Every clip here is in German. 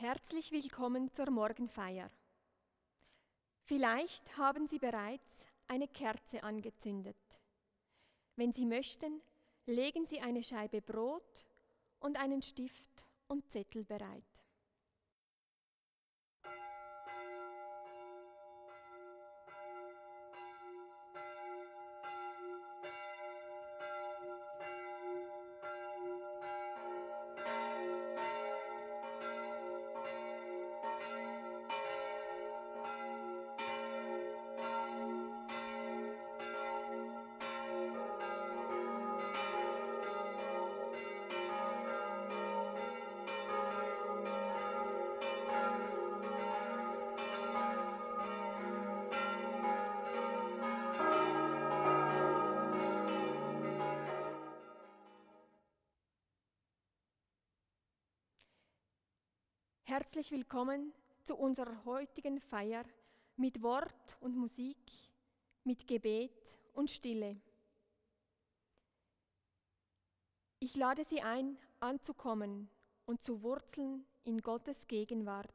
Herzlich willkommen zur Morgenfeier. Vielleicht haben Sie bereits eine Kerze angezündet. Wenn Sie möchten, legen Sie eine Scheibe Brot und einen Stift und Zettel bereit. Herzlich willkommen zu unserer heutigen Feier mit Wort und Musik, mit Gebet und Stille. Ich lade Sie ein, anzukommen und zu wurzeln in Gottes Gegenwart.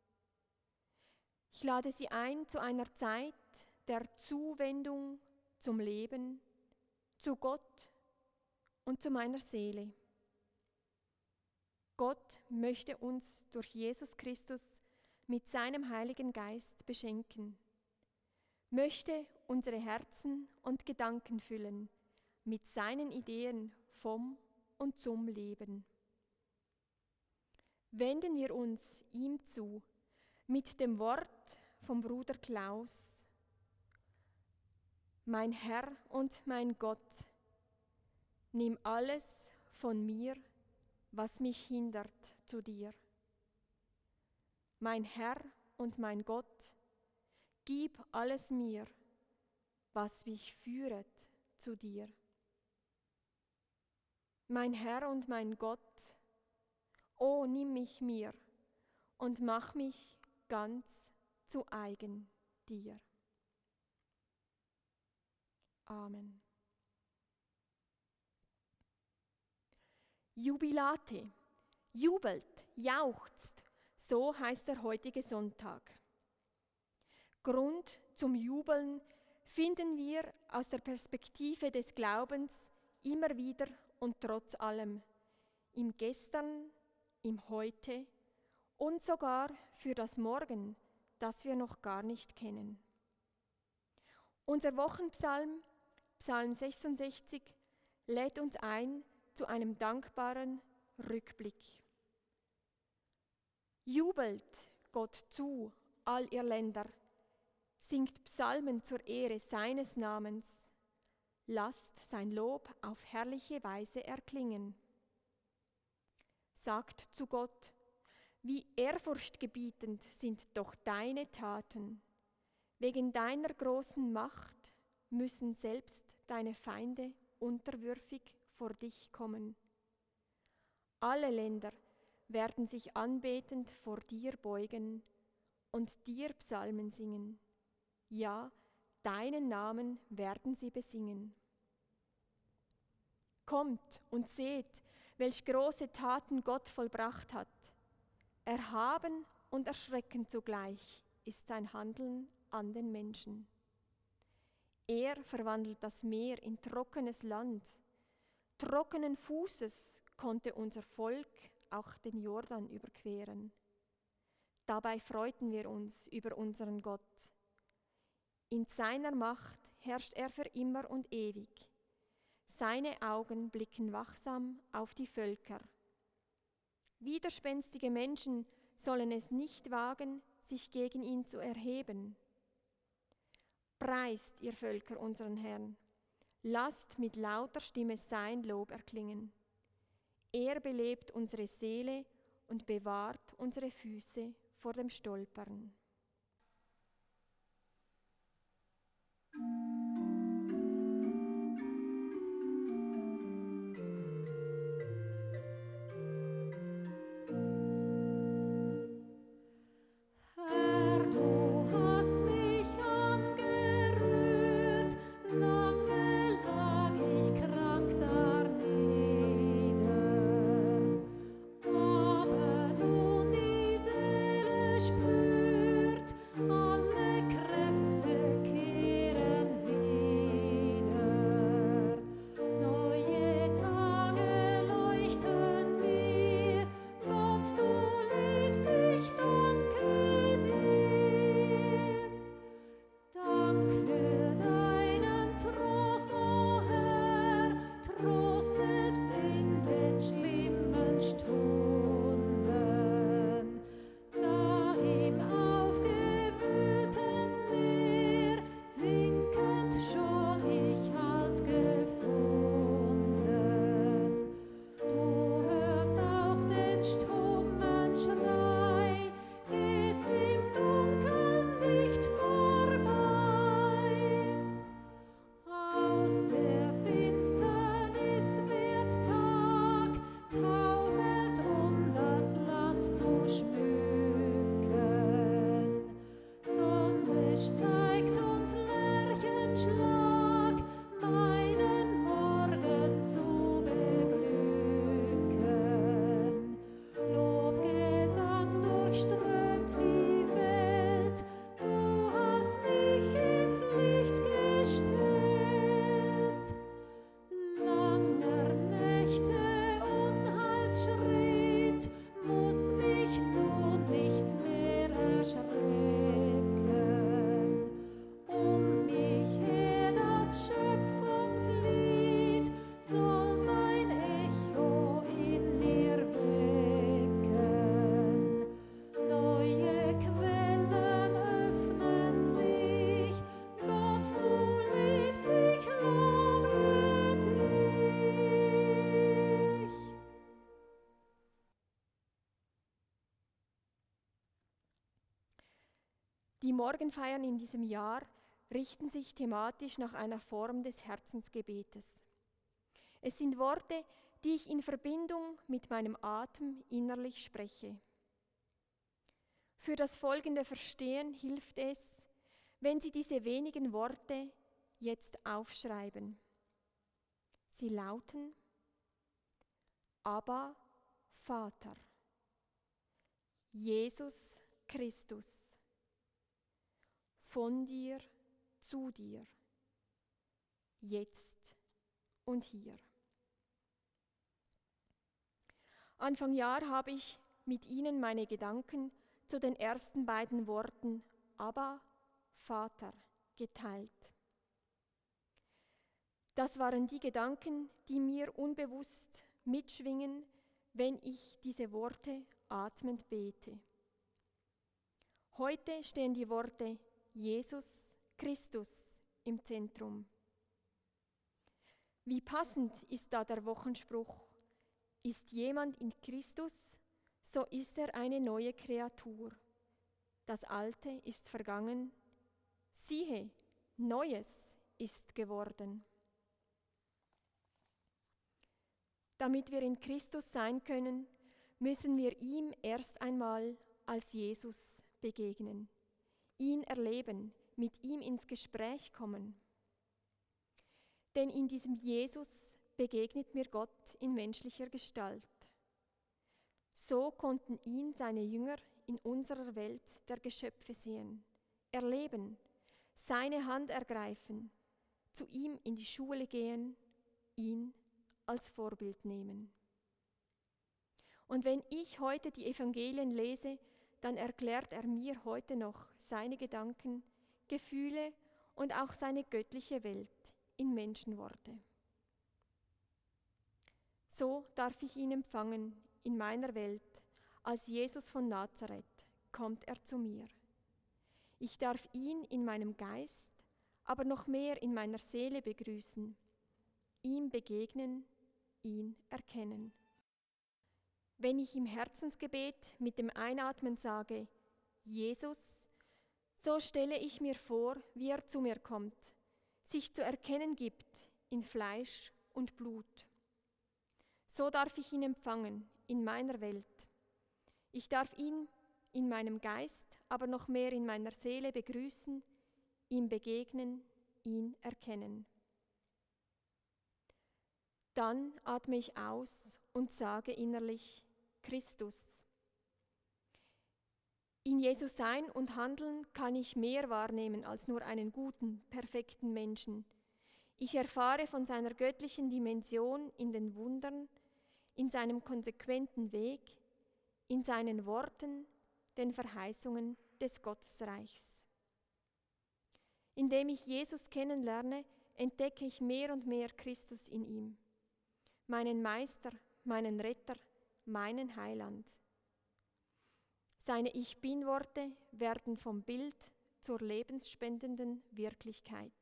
Ich lade Sie ein zu einer Zeit der Zuwendung zum Leben, zu Gott und zu meiner Seele. Gott möchte uns durch Jesus Christus mit seinem Heiligen Geist beschenken, möchte unsere Herzen und Gedanken füllen mit seinen Ideen vom und zum Leben. Wenden wir uns ihm zu mit dem Wort vom Bruder Klaus: Mein Herr und mein Gott, nimm alles von mir, was mich hindert zu dir. Mein Herr und mein Gott, gib alles mir, was mich führet zu dir. Mein Herr und mein Gott, o nimm mich mir und mach mich ganz zu eigen dir. Amen. Jubilate, jubelt, jauchzt, so heißt der heutige Sonntag. Grund zum Jubeln finden wir aus der Perspektive des Glaubens immer wieder und trotz allem, im Gestern, im Heute und sogar für das Morgen, das wir noch gar nicht kennen. Unser Wochenpsalm, Psalm 66, lädt uns ein zu einem dankbaren Rückblick. Jubelt Gott zu, all ihr Länder, singt Psalmen zur Ehre seines Namens, lasst sein Lob auf herrliche Weise erklingen. Sagt zu Gott: Wie ehrfurchtgebietend sind doch deine Taten. Wegen deiner großen Macht müssen selbst deine Feinde unterwürfig vor dich kommen. Alle Länder werden sich anbetend vor dir beugen und dir Psalmen singen. Ja, deinen Namen werden sie besingen. Kommt und seht, welch große Taten Gott vollbracht hat. Erhaben und erschreckend zugleich ist sein Handeln an den Menschen. Er verwandelt das Meer in trockenes Land. Trockenen Fußes konnte unser Volk auch den Jordan überqueren. Dabei freuten wir uns über unseren Gott. In seiner Macht herrscht er für immer und ewig. Seine Augen blicken wachsam auf die Völker. Widerspenstige Menschen sollen es nicht wagen, sich gegen ihn zu erheben. Preist, ihr Völker, unseren Herrn. Lasst mit lauter Stimme sein Lob erklingen. Er belebt unsere Seele und bewahrt unsere Füße vor dem Stolpern. Aber nun diese Die Morgenfeiern in diesem Jahr richten sich thematisch nach einer Form des Herzensgebetes. Es sind Worte, die ich in Verbindung mit meinem Atem innerlich spreche. Für das folgende Verstehen hilft es, wenn Sie diese wenigen Worte jetzt aufschreiben. Sie lauten: Abba, Vater, Jesus Christus, von dir zu dir, jetzt und hier. Anfang Jahr habe ich mit Ihnen meine Gedanken zu den ersten beiden Worten Abba, Vater geteilt. Das waren die Gedanken, die mir unbewusst mitschwingen, wenn ich diese Worte atmend bete. Heute stehen die Worte Jesus Christus im Zentrum. Wie passend ist da der Wochenspruch: Ist jemand in Christus, so ist er eine neue Kreatur. Das Alte ist vergangen, siehe, Neues ist geworden. Damit wir in Christus sein können, müssen wir ihm erst einmal als Jesus begegnen, ihn erleben, mit ihm ins Gespräch kommen. Denn in diesem Jesus begegnet mir Gott in menschlicher Gestalt. So konnten ihn seine Jünger in unserer Welt der Geschöpfe sehen, erleben, seine Hand ergreifen, zu ihm in die Schule gehen, ihn als Vorbild nehmen. Und wenn ich heute die Evangelien lese, dann erklärt er mir heute noch seine Gedanken, Gefühle und auch seine göttliche Welt in Menschenworte. So darf ich ihn empfangen in meiner Welt. Als Jesus von Nazareth kommt er zu mir. Ich darf ihn in meinem Geist, aber noch mehr in meiner Seele begrüßen, ihm begegnen, ihn erkennen. Wenn ich im Herzensgebet mit dem Einatmen sage, Jesus, so stelle ich mir vor, wie er zu mir kommt, sich zu erkennen gibt in Fleisch und Blut. So darf ich ihn empfangen in meiner Welt. Ich darf ihn in meinem Geist, aber noch mehr in meiner Seele begrüßen, ihm begegnen, ihn erkennen. Dann atme ich aus und sage innerlich: Christus. In Jesus Sein und Handeln kann ich mehr wahrnehmen als nur einen guten, perfekten Menschen. Ich erfahre von seiner göttlichen Dimension in den Wundern, in seinem konsequenten Weg, in seinen Worten, den Verheißungen des Gottesreichs. Indem ich Jesus kennenlerne, entdecke ich mehr und mehr Christus in ihm, meinen Meister, meinen Retter, meinen Heiland. Seine Ich-Bin-Worte werden vom Bild zur lebensspendenden Wirklichkeit.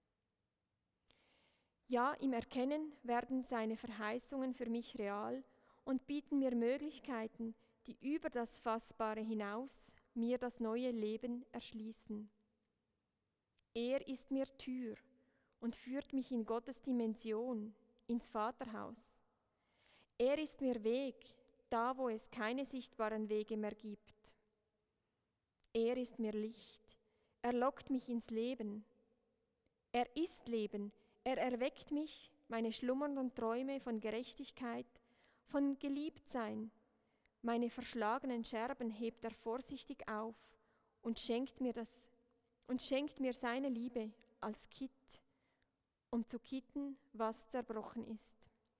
Ja, im Erkennen werden seine Verheißungen für mich real und bieten mir Möglichkeiten, die über das Fassbare hinaus mir das neue Leben erschließen. Er ist mir Tür und führt mich in Gottes Dimension, ins Vaterhaus. Er ist mir Weg, da wo es keine sichtbaren Wege mehr gibt. Er ist mir Licht, er lockt mich ins Leben. Er ist Leben, er erweckt mich, meine schlummernden Träume von Gerechtigkeit, von Geliebtsein. Meine verschlagenen Scherben hebt er vorsichtig auf und schenkt mir seine Liebe als Kitt, um zu kitten, was zerbrochen ist.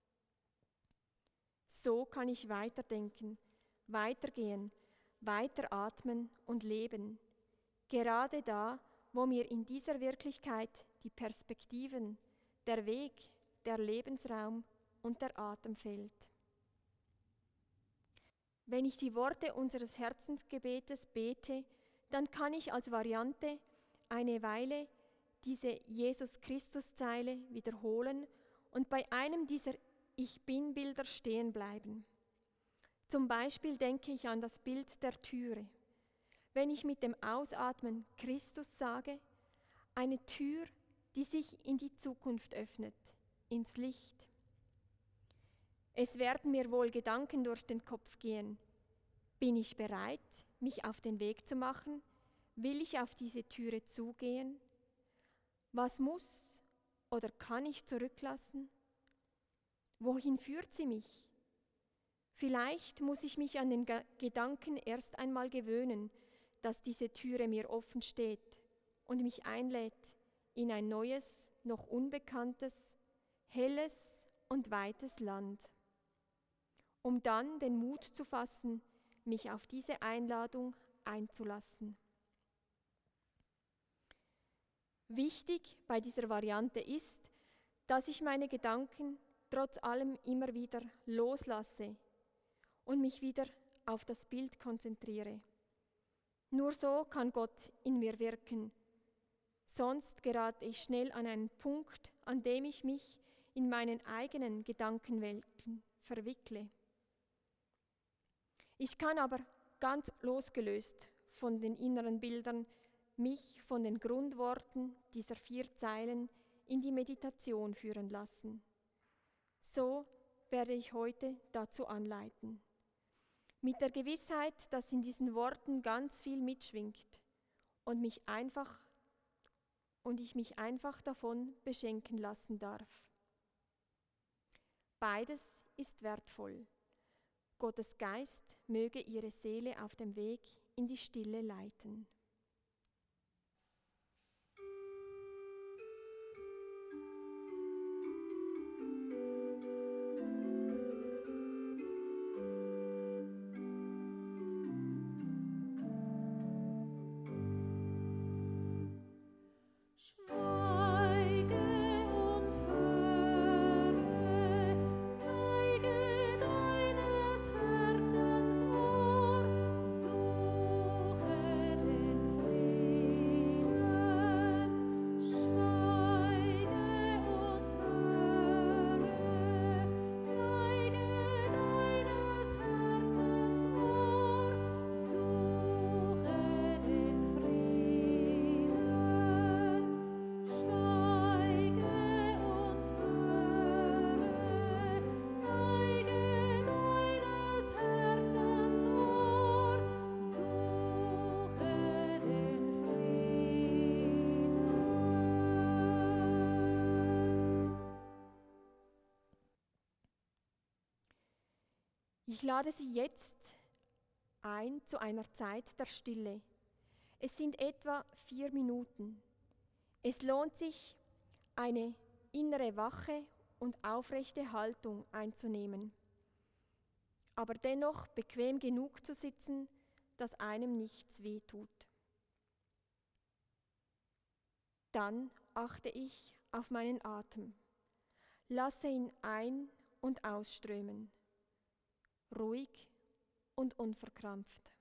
So kann ich weiterdenken, weitergehen, weiteratmen und leben, gerade da, wo mir in dieser Wirklichkeit die Perspektiven, der Weg, der Lebensraum und der Atem fehlt. Wenn ich die Worte unseres Herzensgebetes bete, dann kann ich als Variante eine Weile diese Jesus-Christus-Zeile wiederholen und bei einem dieser Ich-Bin-Bilder stehen bleiben. Zum Beispiel denke ich an das Bild der Türe. wenn ich mit dem Ausatmen Christus sage, eine Tür, die sich in die Zukunft öffnet, ins Licht. Es werden mir wohl Gedanken durch den Kopf gehen. Bin ich bereit, mich auf den Weg zu machen? Will ich auf diese Türe zugehen? Was muss oder kann ich zurücklassen? Wohin führt sie mich? Vielleicht muss ich mich an den Gedanken erst einmal gewöhnen, dass diese Türe mir offen steht und mich einlädt in ein neues, noch unbekanntes, helles und weites Land, um dann den Mut zu fassen, mich auf diese Einladung einzulassen. Wichtig bei dieser Variante ist, dass ich meine Gedanken trotz allem immer wieder loslasse und mich wieder auf das Bild konzentriere. Nur so kann Gott in mir wirken. Sonst gerate ich schnell an einen Punkt, an dem ich mich in meinen eigenen Gedankenwelten verwickle. Ich kann aber ganz losgelöst von den inneren Bildern mich von den Grundworten dieser 4 Zeilen in die Meditation führen lassen. So werde ich heute dazu anleiten. Mit der Gewissheit, dass in diesen Worten ganz viel mitschwingt und ich mich einfach davon beschenken lassen darf. Beides ist wertvoll. Gottes Geist möge ihre Seele auf dem Weg in die Stille leiten. Ich lade Sie jetzt ein zu einer Zeit der Stille. Es sind etwa 4 Minuten. Es lohnt sich, eine innere wache und aufrechte Haltung einzunehmen, aber dennoch bequem genug zu sitzen, dass einem nichts wehtut. Dann achte ich auf meinen Atem. Lasse ihn ein- und ausströmen. Ruhig und unverkrampft.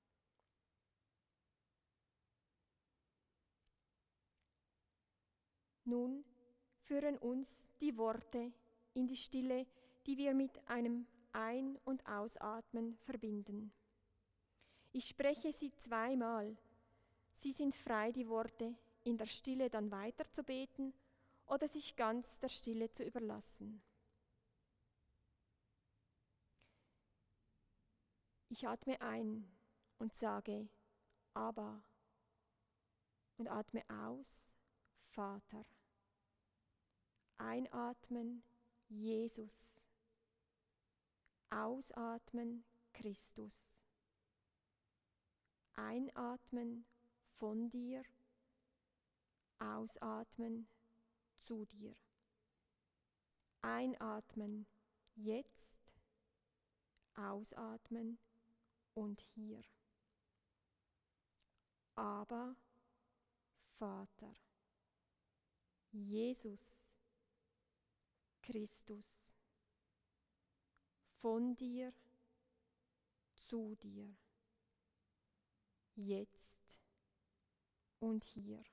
Nun führen uns die Worte in die Stille, die wir mit einem Ein- und Ausatmen verbinden. Ich spreche sie 2-mal. Sie sind frei, die Worte in der Stille dann weiterzubeten oder sich ganz der Stille zu überlassen. Ich atme ein und sage Abba und atme aus, Vater. Einatmen, Jesus. Ausatmen, Christus. Einatmen, von dir. Ausatmen, zu dir. Einatmen, jetzt. Ausatmen, und hier. Aber Vater, Jesus, Christus, von dir, zu dir, jetzt und hier.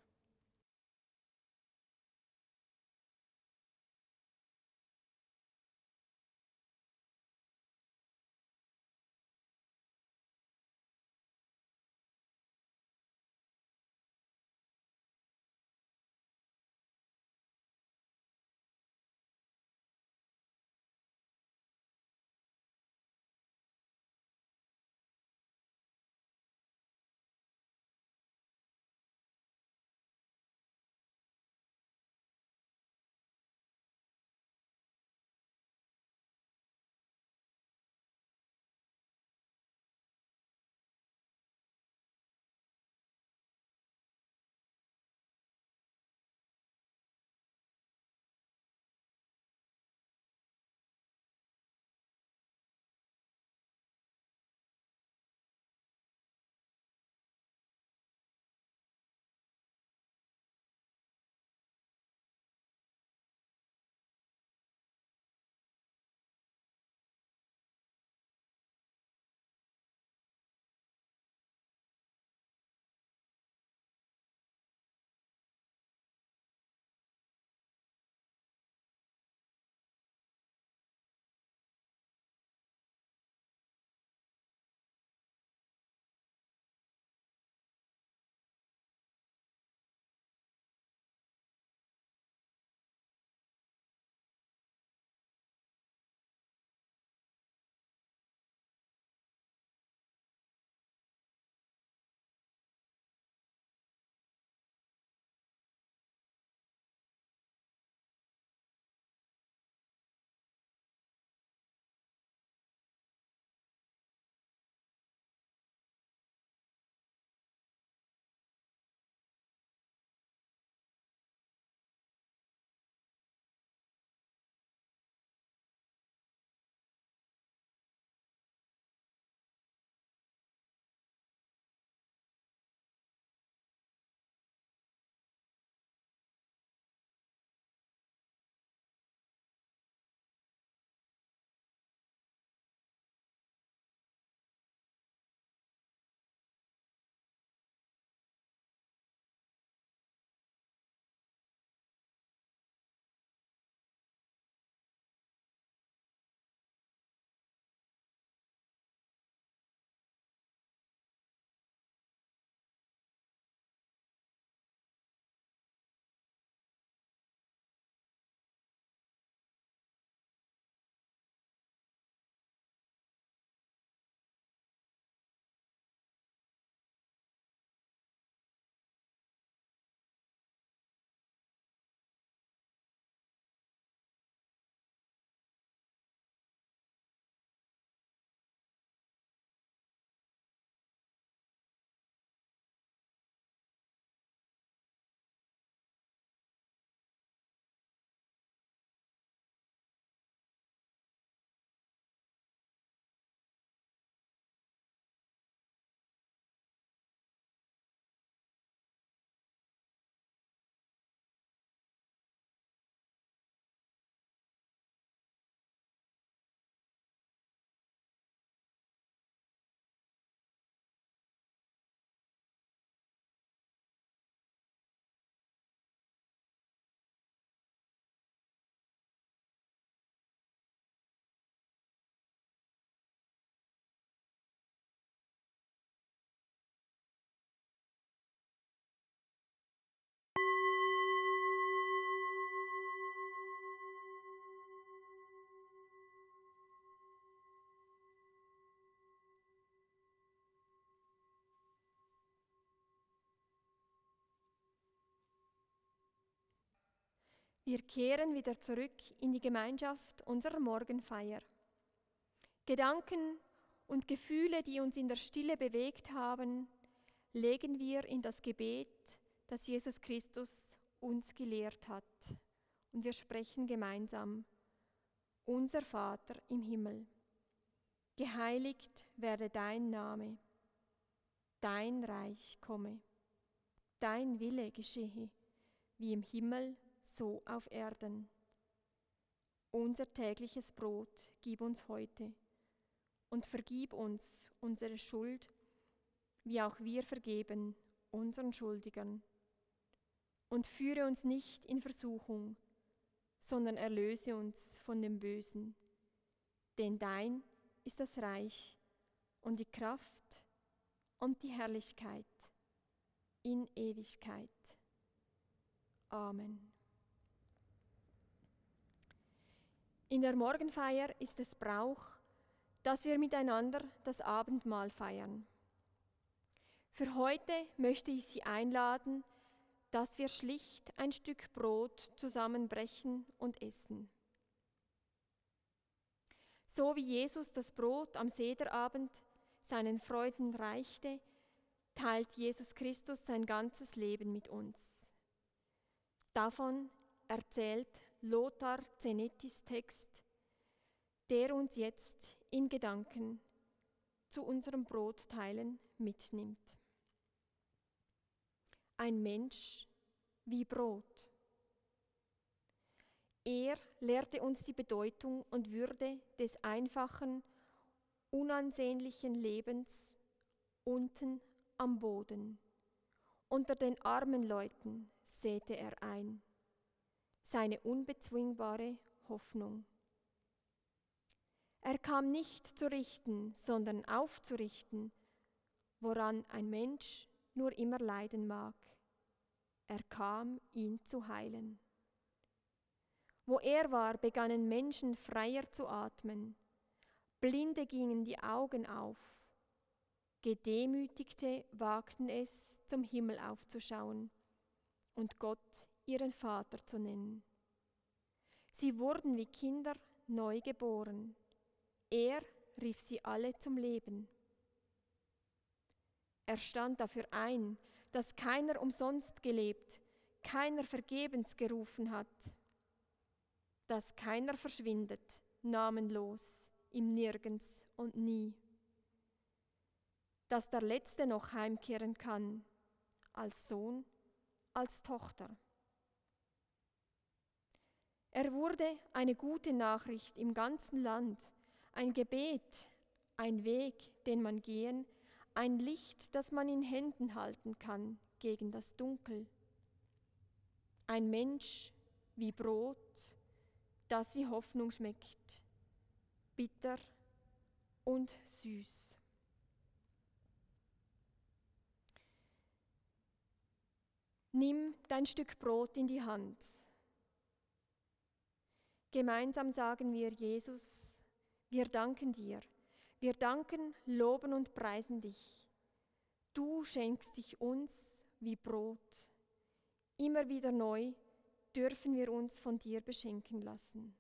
Wir kehren wieder zurück in die Gemeinschaft unserer Morgenfeier. Gedanken und Gefühle, die uns in der Stille bewegt haben, legen wir in das Gebet, das Jesus Christus uns gelehrt hat. Und wir sprechen gemeinsam: Unser Vater im Himmel, geheiligt werde dein Name, dein Reich komme, dein Wille geschehe, wie im Himmel, so auf Erden. Unser tägliches Brot gib uns heute und vergib uns unsere Schuld, wie auch wir vergeben unseren Schuldigern. Und führe uns nicht in Versuchung, sondern erlöse uns von dem Bösen. Denn dein ist das Reich und die Kraft und die Herrlichkeit in Ewigkeit. Amen. In der Morgenfeier ist es Brauch, dass wir miteinander das Abendmahl feiern. Für heute möchte ich Sie einladen, dass wir schlicht ein Stück Brot zusammenbrechen und essen. So wie Jesus das Brot am Sederabend seinen Freunden reichte, teilt Jesus Christus sein ganzes Leben mit uns. Davon erzählt Lothar Zenettis Text, der uns jetzt in Gedanken zu unserem Brotteilen mitnimmt. Ein Mensch wie Brot. Er lehrte uns die Bedeutung und Würde des einfachen, unansehnlichen Lebens unten am Boden. Unter den armen Leuten säte er ein, seine unbezwingbare Hoffnung. Er kam nicht zu richten, sondern aufzurichten, woran ein Mensch nur immer leiden mag. Er kam, ihn zu heilen. Wo er war, begannen Menschen freier zu atmen. Blinde gingen die Augen auf. Gedemütigte wagten es, zum Himmel aufzuschauen und Gott ihren Vater zu nennen. Sie wurden wie Kinder neu geboren. Er rief sie alle zum Leben. Er stand dafür ein, dass keiner umsonst gelebt, keiner vergebens gerufen hat, dass keiner verschwindet, namenlos, im Nirgends und nie, dass der Letzte noch heimkehren kann, als Sohn, als Tochter. Er wurde eine gute Nachricht im ganzen Land, ein Gebet, ein Weg, den man gehen, ein Licht, das man in Händen halten kann gegen das Dunkel. Ein Mensch wie Brot, das wie Hoffnung schmeckt, bitter und süß. Nimm dein Stück Brot in die Hand. Gemeinsam sagen wir: Jesus, wir danken dir. Wir danken, loben und preisen dich. Du schenkst dich uns wie Brot. Immer wieder neu dürfen wir uns von dir beschenken lassen.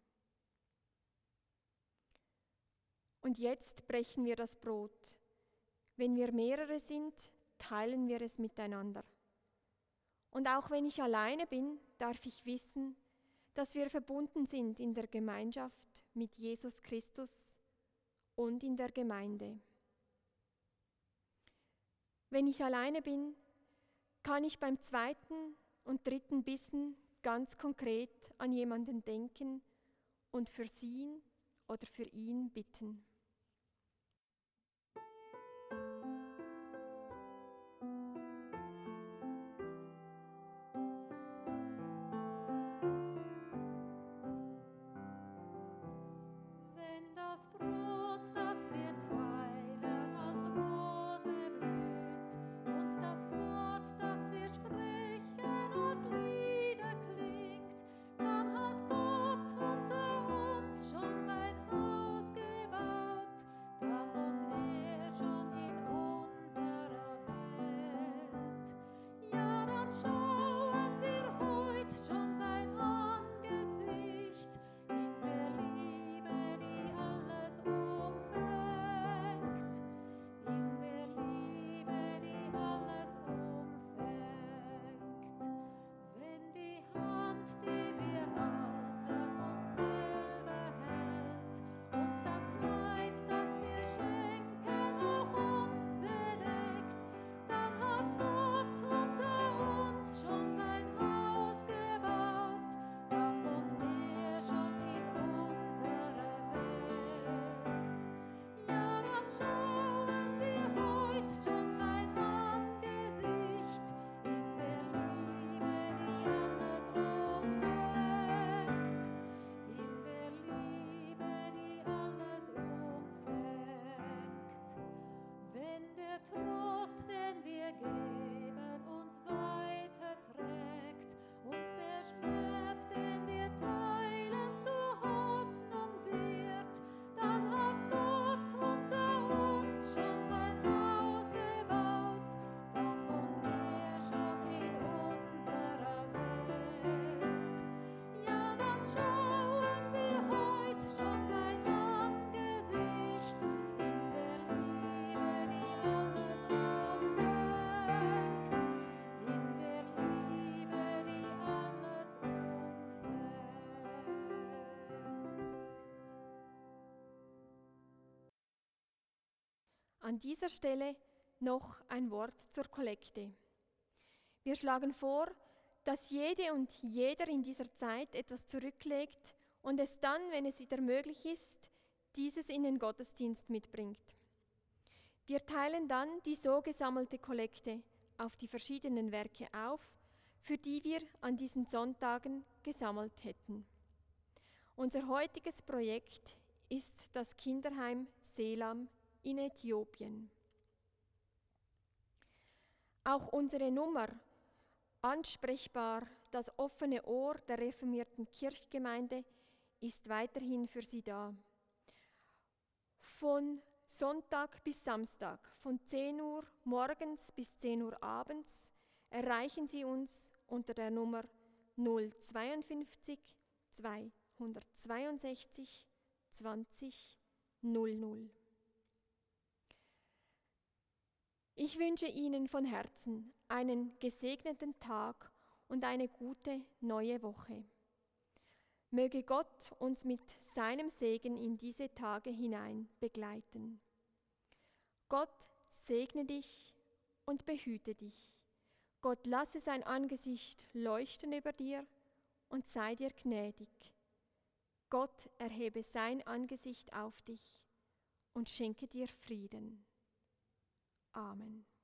Und jetzt brechen wir das Brot. Wenn wir mehrere sind, teilen wir es miteinander. Und auch wenn ich alleine bin, darf ich wissen, dass wir verbunden sind in der Gemeinschaft mit Jesus Christus und in der Gemeinde. Wenn ich alleine bin, kann ich beim zweiten und dritten Bissen ganz konkret an jemanden denken und für sie oder für ihn bitten. Dann hat Gott unter uns schon sein Haus gebaut. Trost, den wir geben, uns weiterträgt und der Schmerz, den wir teilen, zur Hoffnung wird, dann hat Gott unter uns schon sein Haus gebaut, dann wohnt er schon in unserer Welt. Ja, dann schauen wir heut schon sein Angesicht in der Liebe, die alles umfängt, in der Liebe, die alles umfängt. An dieser Stelle noch ein Wort zur Kollekte. Wir schlagen vor, dass jede und jeder in dieser Zeit etwas zurücklegt und es dann, wenn es wieder möglich ist, dieses in den Gottesdienst mitbringt. Wir teilen dann die so gesammelte Kollekte auf die verschiedenen Werke auf, für die wir an diesen Sonntagen gesammelt hätten. Unser heutiges Projekt ist das Kinderheim Selam in Äthiopien. Auch unsere Nummer ansprechbar, das offene Ohr der reformierten Kirchgemeinde ist weiterhin für Sie da. Von Sonntag bis Samstag, von 10 Uhr morgens bis 10 Uhr abends, erreichen Sie uns unter der Nummer 052 262 20 00. Ich wünsche Ihnen von Herzen einen gesegneten Tag und eine gute neue Woche. Möge Gott uns mit seinem Segen in diese Tage hinein begleiten. Gott segne dich und behüte dich. Gott lasse sein Angesicht leuchten über dir und sei dir gnädig. Gott erhebe sein Angesicht auf dich und schenke dir Frieden. Amen.